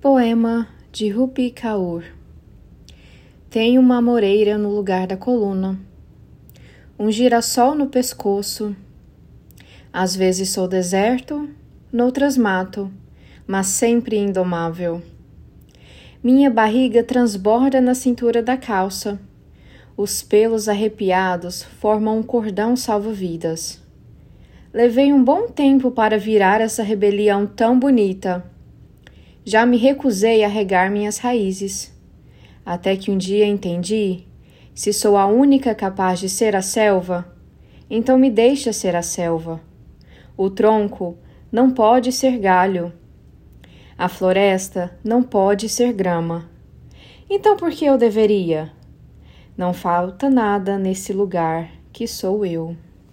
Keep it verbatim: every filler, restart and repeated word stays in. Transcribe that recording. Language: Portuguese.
Poema de Rupi Kaur. Tenho uma amoreira no lugar da coluna, um girassol no pescoço. Às vezes sou deserto, noutras mato, mas sempre indomável. Minha barriga transborda na cintura da calça. Os pelos arrepiados formam um cordão salva-vidas. Levei um bom tempo para virar essa rebelião tão bonita. Já me recusei a regar minhas raízes, até que um dia entendi, se sou a única capaz de ser a selva, então me deixa ser a selva. O tronco não pode ser galho. A floresta não pode ser grama. Então por que eu deveria? Não falta nada nesse lugar que sou eu.